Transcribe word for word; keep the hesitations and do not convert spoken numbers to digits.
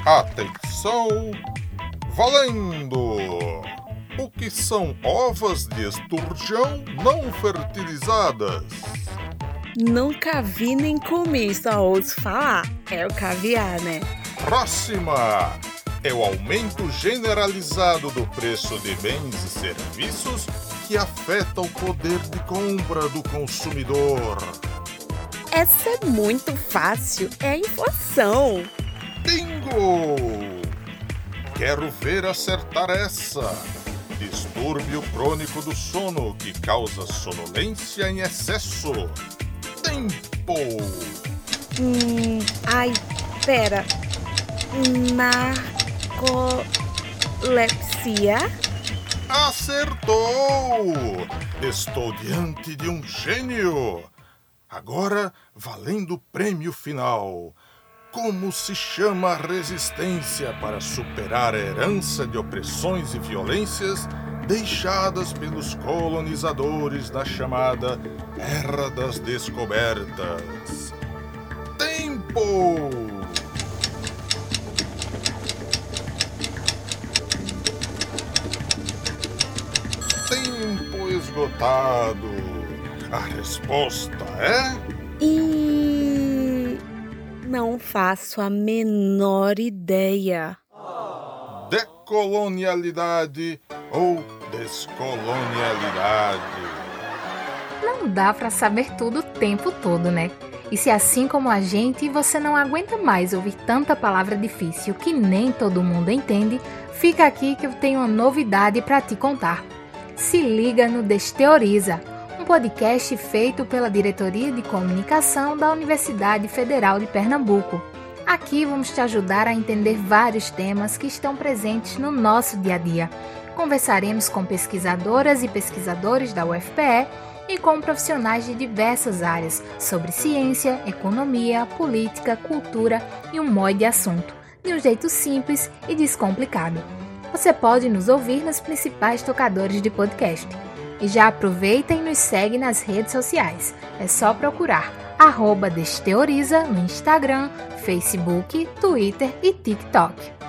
Atenção, valendo! O que são ovas de esturjão não fertilizadas? Nunca vi nem comi, só ouço falar. É o caviar, né? Próxima! É o aumento generalizado do preço de bens e serviços que afeta o poder de compra do consumidor. Essa é muito fácil, é a inflação. Bingo! Quero ver acertar essa. Distúrbio crônico do sono que causa sonolência em excesso. Tempo! Hum, ai, pera. Narcolepsia? Acertou! Estou diante de um gênio! Agora, valendo o prêmio final. Como se chama a resistência para superar a herança de opressões e violências deixadas pelos colonizadores na chamada Era das Descobertas? Tempo! Tempo esgotado. A resposta é... E... não faço a menor ideia. Decolonialidade ou descolonialidade. Não dá pra saber tudo o tempo todo, né? E se assim como a gente, você não aguenta mais ouvir tanta palavra difícil que nem todo mundo entende, fica aqui que eu tenho uma novidade pra te contar. Se liga no Desteoriza, um podcast feito pela Diretoria de Comunicação da Universidade Federal de Pernambuco. Aqui vamos te ajudar a entender vários temas que estão presentes no nosso dia a dia. Conversaremos com pesquisadoras e pesquisadores da U F P E e com profissionais de diversas áreas sobre ciência, economia, política, cultura e um monte de assunto, de um jeito simples e descomplicado. Você pode nos ouvir nos principais tocadores de podcast. E já aproveita e nos segue nas redes sociais. É só procurar arroba Desteoriza no Instagram, Facebook, Twitter e TikTok.